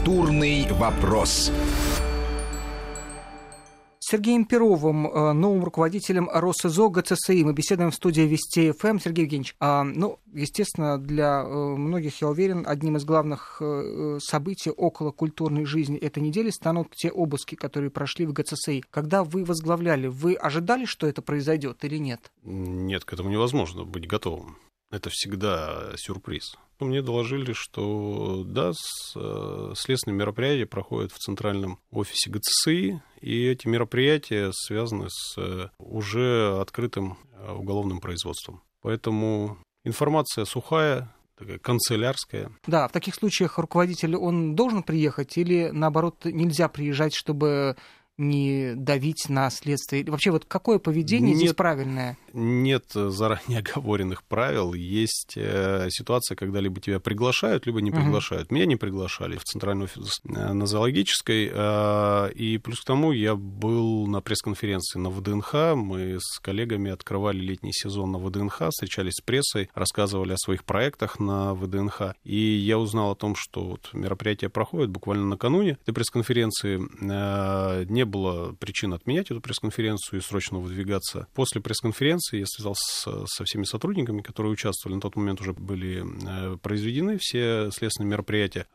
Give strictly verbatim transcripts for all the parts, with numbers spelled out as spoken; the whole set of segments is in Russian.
Культурный вопрос. С Сергеем Перовым, новым руководителем РосИЗО ГЦСИ. Мы беседуем в студии Вести ФМ. Сергей Евгеньевич, а, ну, естественно, для многих, я уверен, одним из главных событий около культурной жизни этой недели станут те обыски, которые прошли в ГЦСИ. Когда вы возглавляли, вы ожидали, что это произойдет или нет? Нет, к этому невозможно быть готовым. Это всегда сюрприз. Мне доложили, что да, следственные мероприятия проходят в центральном офисе ГЦСИ, и эти мероприятия связаны с уже открытым уголовным производством. Поэтому информация сухая, такая канцелярская. Да, в таких случаях руководитель, он должен приехать или, наоборот, нельзя приезжать, чтобы не давить на следствие? Вообще, вот какое поведение нет, здесь правильное? Нет заранее оговоренных правил. Есть э, ситуация, когда либо тебя приглашают, либо не приглашают. Uh-huh. Меня не приглашали в центральный офис э, на Зоологической. Э, и плюс к тому я был на пресс-конференции на ВДНХ. Мы с коллегами открывали летний сезон на ВДНХ, встречались с прессой, рассказывали о своих проектах на ВДНХ. И я узнал о том, что вот мероприятие проходит буквально накануне этой пресс-конференции. Э, не было причин отменять эту пресс-конференцию и срочно выдвигаться. После пресс-конференции я связался со всеми сотрудниками, которые участвовали. На тот момент уже были произведены все следственные мероприятия.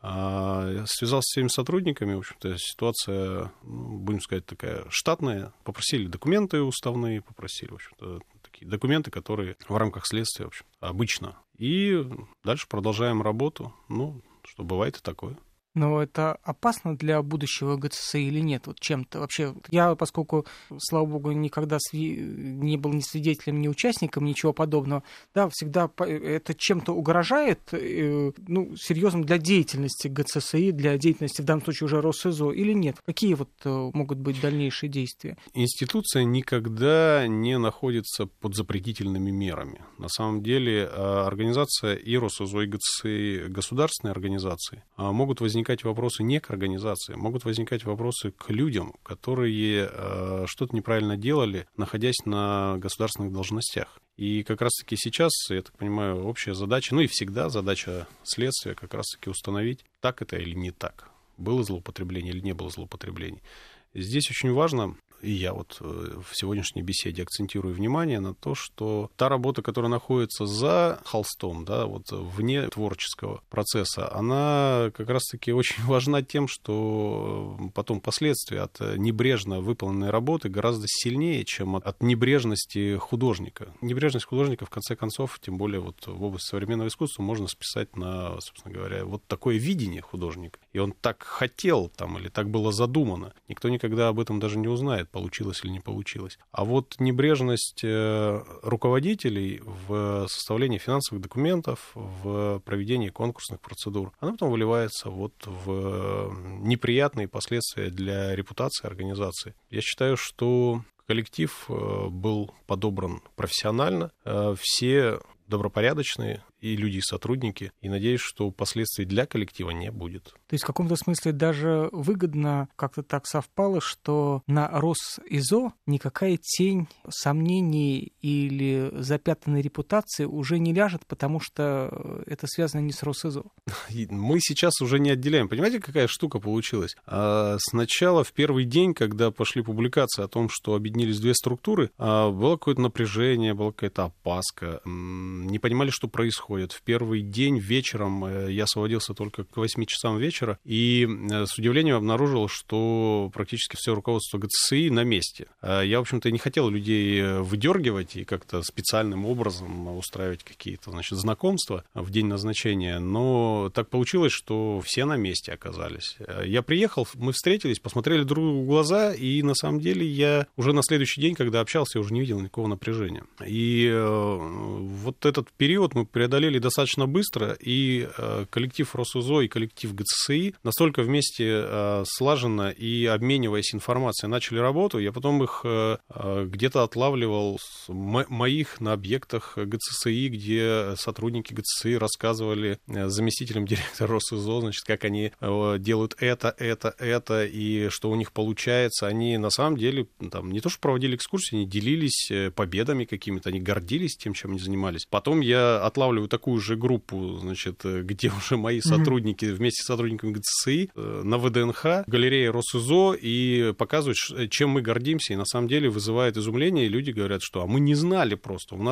А связался с всеми сотрудниками. В общем-то, ситуация, будем сказать, такая штатная. Попросили документы уставные, попросили, в общем-то, такие документы, которые в рамках следствия, в общем, обычно. И дальше продолжаем работу. Ну, что бывает и такое. Но это опасно для будущего ГЦСИ или нет? Вот чем-то вообще. Я, поскольку, слава богу, никогда сви... не был ни свидетелем, ни участником, ничего подобного, да, всегда это чем-то угрожает, э, ну, серьезно для деятельности ГЦСИ, для деятельности, в данном случае, уже РосИЗО, или нет? Какие вот э, могут быть дальнейшие действия? Институция никогда не находится под запретительными мерами. На самом деле, организация и РосИЗО, и ГЦСИ, государственные организации, могут возникать возникать вопросы не к организации, могут возникать вопросы к людям, которые э, что-то неправильно делали, находясь на государственных должностях. И как раз-таки сейчас, я так понимаю, общая задача, ну и всегда задача следствия как раз-таки установить, так это или не так, было злоупотребление или не было злоупотребления. Здесь очень важно, и я вот в сегодняшней беседе акцентирую внимание на то, что та работа, которая находится за холстом, да, вот вне творческого процесса, она как раз-таки очень важна тем, что потом последствия от небрежно выполненной работы гораздо сильнее, чем от, от небрежности художника. Небрежность художника, в конце концов, тем более вот в области современного искусства, можно списать на, собственно говоря, вот такое видение художника. И он так хотел там, или так было задумано. Никто никогда об этом даже не узнает, получилось или не получилось. А вот небрежность руководителей в составлении финансовых документов, в проведении конкурсных процедур, она потом выливается вот в неприятные последствия для репутации организации. Я считаю, что коллектив был подобран профессионально, все добропорядочные и люди, и сотрудники, и надеюсь, что последствий для коллектива не будет. То есть в каком-то смысле даже выгодно как-то так совпало, что на РосИЗО никакая тень сомнений или запятнанной репутации уже не ляжет, потому что это связано не с РосИЗО. Мы сейчас уже не отделяем. Понимаете, какая штука получилась? Сначала, в первый день, когда пошли публикации о том, что объединились две структуры, было какое-то напряжение, была какая-то опаска, не понимали, что происходит. В первый день вечером я освободился только к восьми часам вечера и с удивлением обнаружил, что практически все руководство ГЦСИ на месте. Я, в общем-то, не хотел людей выдергивать и как-то специальным образом устраивать какие-то, значит, знакомства в день назначения, но так получилось, что все на месте оказались. Я приехал, мы встретились, посмотрели друг другу в глаза, и на самом деле я уже на следующий день, когда общался, я уже не видел никакого напряжения. И вот этот период мы преодолели достаточно быстро, и э, коллектив РосИЗО и коллектив ГЦСИ настолько вместе э, слаженно и обмениваясь информацией начали работу. Я потом их э, где-то отлавливал с мо- моих на объектах ГЦСИ, где сотрудники ГЦСИ рассказывали э, заместителям директора РосИЗО, значит, как они э, делают это, это, это, и что у них получается. Они на самом деле там, не то что проводили экскурсии, они делились победами какими-то, они гордились тем, чем они занимались. Потом я отлавливаю такую же группу, значит, где уже мои сотрудники mm-hmm. вместе с сотрудниками ГЦСИ на ВДНХ, галерея Росизо, и показывают, чем мы гордимся, и на самом деле вызывает изумление, и люди говорят, что а мы не знали просто. У нас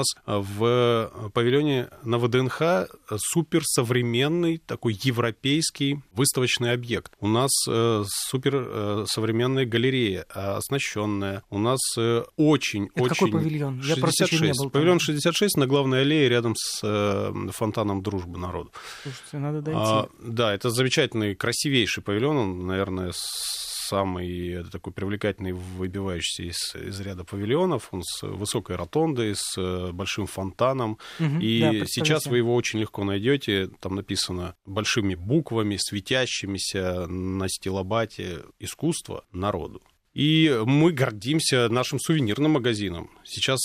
в павильоне на ВДНХ суперсовременный такой европейский выставочный объект. У нас суперсовременная галерея, оснащенная. У нас очень-очень... Это очень... какой павильон? Я просто еще не был. Павильон шестьдесят шесть на главной аллее рядом с э, фонтаном Дружбы народу. Слушайте, надо дойти. А, да, это замечательный, красивейший павильон. Он, наверное, самый такой привлекательный, выбивающийся из, из ряда павильонов. Он с высокой ротондой, с большим фонтаном. Угу, и да, сейчас вы его очень легко найдете. Там написано большими буквами, светящимися на стилобате: «Искусство народу». И мы гордимся нашим сувенирным магазином. Сейчас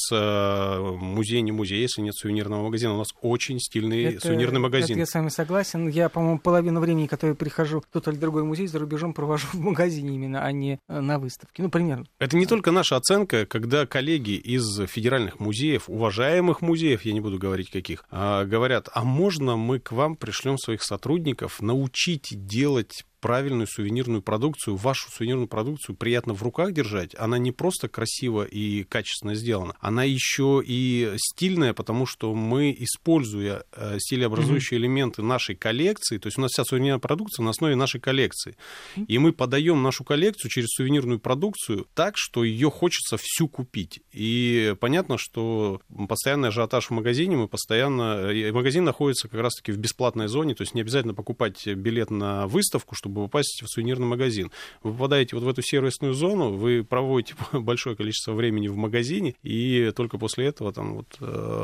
э, музей не музей, если нет сувенирного магазина. У нас очень стильный это, сувенирный магазин. Это я с вами согласен. Я, по-моему, половину времени, которое я прихожу в тот или другой музей за рубежом, провожу в магазине именно, а не на выставке. Ну, примерно. Это не только наша оценка, когда коллеги из федеральных музеев, уважаемых музеев, я не буду говорить каких, э, говорят, а можно мы к вам пришлем своих сотрудников научить делать правильную сувенирную продукцию, вашу сувенирную продукцию приятно в руках держать. Она не просто красиво и качественно сделана, она еще и стильная, потому что мы, используя стилеобразующие mm-hmm. элементы нашей коллекции, то есть у нас вся сувенирная продукция на основе нашей коллекции, mm-hmm. и мы подаем нашу коллекцию через сувенирную продукцию так, что ее хочется всю купить. И понятно, что постоянный ажиотаж в магазине, мы постоянно... Магазин находится как раз-таки в бесплатной зоне, то есть не обязательно покупать билет на выставку, чтобы попасть в сувенирный магазин. Вы попадаете вот в эту сервисную зону, вы проводите большое количество времени в магазине, и только после этого там вот,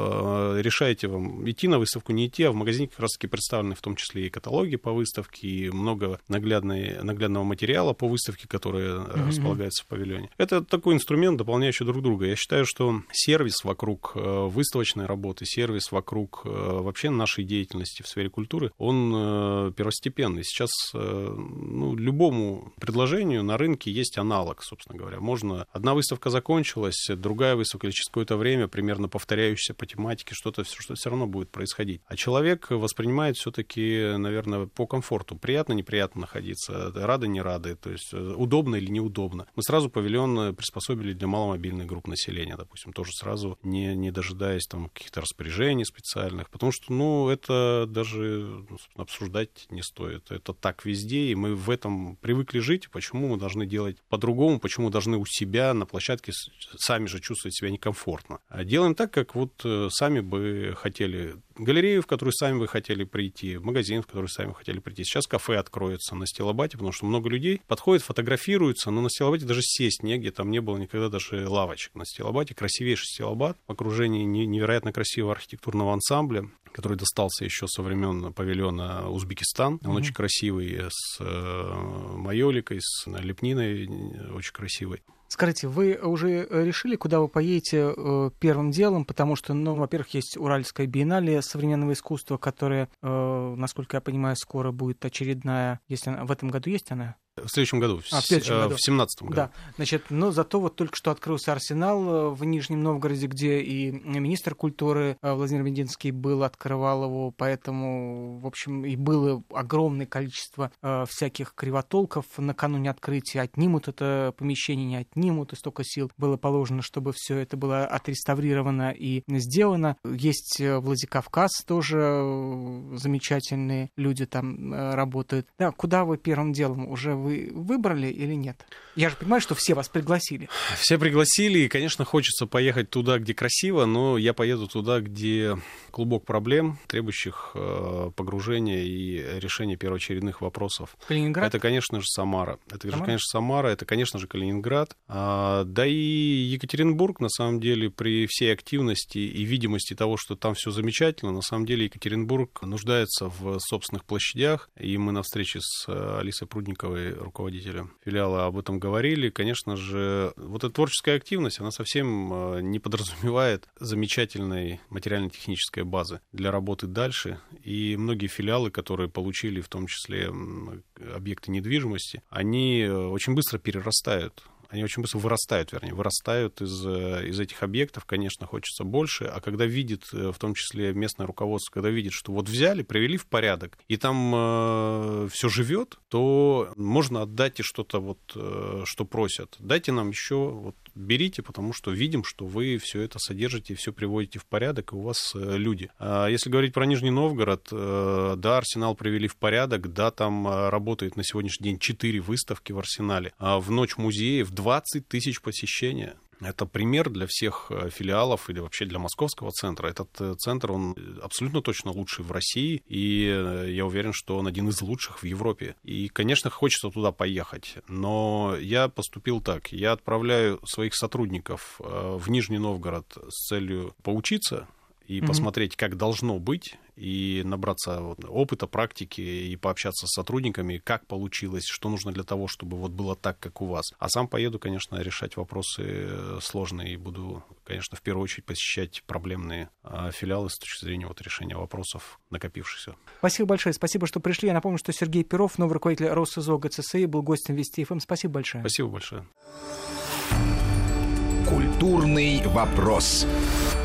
э, решаете, вам идти на выставку, не идти, а в магазине как раз-таки представлены в том числе и каталоги по выставке, и много наглядной, наглядного материала по выставке, который mm-hmm. располагается в павильоне. Это такой инструмент, дополняющий друг друга. Я считаю, что сервис вокруг выставочной работы, сервис вокруг вообще нашей деятельности в сфере культуры, он первостепенный. Сейчас ну, любому предложению на рынке есть аналог, собственно говоря. Можно... Одна выставка закончилась, другая выставка, или через какое-то время, примерно повторяющаяся по тематике, что-то, что-то все равно будет происходить. А человек воспринимает все-таки, наверное, по комфорту. Приятно, неприятно находиться, рады, не рады, то есть удобно или неудобно. Мы сразу павильон приспособили для маломобильных групп населения, допустим, тоже сразу, не, не дожидаясь там каких-то распоряжений специальных, потому что, ну, это даже обсуждать не стоит. Это так везде, и мы в этом привыкли жить. Почему мы должны делать по-другому? Почему должны у себя на площадке сами же чувствовать себя некомфортно? Делаем так, как вот сами бы хотели. Галерею, в которую сами бы хотели прийти, магазин, в который сами хотели прийти. Сейчас кафе откроется на Стилобате, потому что много людей подходят, фотографируются, но на Стилобате даже сесть негде, там не было никогда даже лавочек на Стилобате. Красивейший Стилобат в окружении невероятно красивого архитектурного ансамбля, который достался еще со времен павильона Узбекистан. Он mm-hmm. очень красивый, с майоликой, с лепниной очень красивой. Скажите, вы уже решили, куда вы поедете э, первым делом? Потому что, ну, во-первых, есть Уральская биеннале современного искусства, которая, э, насколько я понимаю, скоро будет очередная. Если она, в этом году есть она? В следующем году, а, в, следующем э, году. в семнадцатом году. Да, значит, но зато вот только что открылся Арсенал в Нижнем Новгороде, где и министр культуры Владимир Мединский был, открывал его, поэтому, в общем, и было огромное количество э, всяких кривотолков накануне открытия. Отнимут это помещение, не отнимут, и столько сил было положено, чтобы все это было отреставрировано и сделано. Есть Владикавказ, тоже замечательные люди там э, работают. Да, куда вы первым делом? Уже вы Вы выбрали или нет? Я же понимаю, что все вас пригласили. Все пригласили, и, конечно, хочется поехать туда, где красиво, но я поеду туда, где клубок проблем, требующих э, погружения и решения первоочередных вопросов. Калининград? Это, конечно же, Самара. Это, Самара? конечно, Самара, это, конечно же, Калининград. А, да и Екатеринбург, на самом деле, при всей активности и видимости того, что там все замечательно, на самом деле Екатеринбург нуждается в собственных площадях, и мы на встрече с Алисой Прудниковой, руководителем филиала, об этом говорили. Конечно же, вот эта творческая активность, она совсем не подразумевает замечательной материально-технической базы для работы дальше. И многие филиалы, которые получили в том числе объекты недвижимости, они очень быстро перерастают они очень быстро вырастают, вернее, вырастают из, из этих объектов, конечно, хочется больше, а когда видит, в том числе местное руководство, когда видит, что вот взяли, привели в порядок, и там э, все живет, то можно отдать и что-то вот, э, что просят. Дайте нам еще, вот, берите, потому что видим, что вы все это содержите, все приводите в порядок, и у вас э, люди. А если говорить про Нижний Новгород, э, да, Арсенал привели в порядок, да, там э, работает на сегодняшний день четыре выставки в Арсенале, а в Ночь музеев двадцать тысяч посещения. Это пример для всех филиалов или вообще для московского центра. Этот центр, он абсолютно точно лучший в России, и я уверен, что он один из лучших в Европе. И, конечно, хочется туда поехать, но я поступил так. Я отправляю своих сотрудников в Нижний Новгород с целью поучиться и mm-hmm. посмотреть, как должно быть, и набраться вот опыта, практики, и пообщаться с сотрудниками, как получилось, что нужно для того, чтобы вот было так, как у вас. А сам поеду, конечно, решать вопросы сложные, и буду, конечно, в первую очередь посещать проблемные филиалы с точки зрения вот решения вопросов накопившихся. Спасибо большое. Спасибо, что пришли. Я напомню, что Сергей Перов, новый руководитель РосСО ГЦСИ, был гостем Вести ФМ. Спасибо большое. Спасибо большое. Культурный вопрос.